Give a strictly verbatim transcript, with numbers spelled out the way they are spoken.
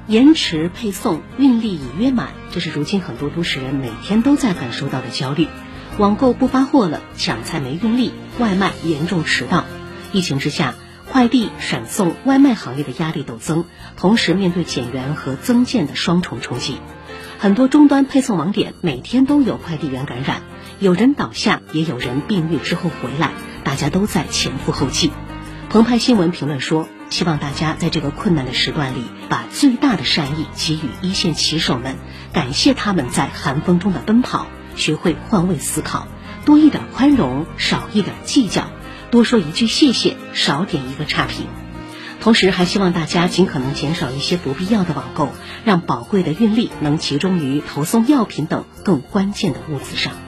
延迟配送，运力已约满，这是如今很多都市人每天都在感受到的焦虑。网购不发货了，抢菜没运力，外卖严重迟到。疫情之下，快递、闪送、外卖行业的压力陡增，同时面对减员和增建的双重冲击。很多终端配送网点每天都有快递员感染，有人倒下，也有人病愈之后回来，大家都在前赴后继。澎湃新闻评论说，希望大家在这个困难的时段里，把最大的善意给予一线骑手们，感谢他们在寒风中的奔跑，学会换位思考，多一点宽容，少一点计较，多说一句谢谢，少点一个差评。同时还希望大家尽可能减少一些不必要的网购，让宝贵的运力能集中于投送药品等更关键的物资上。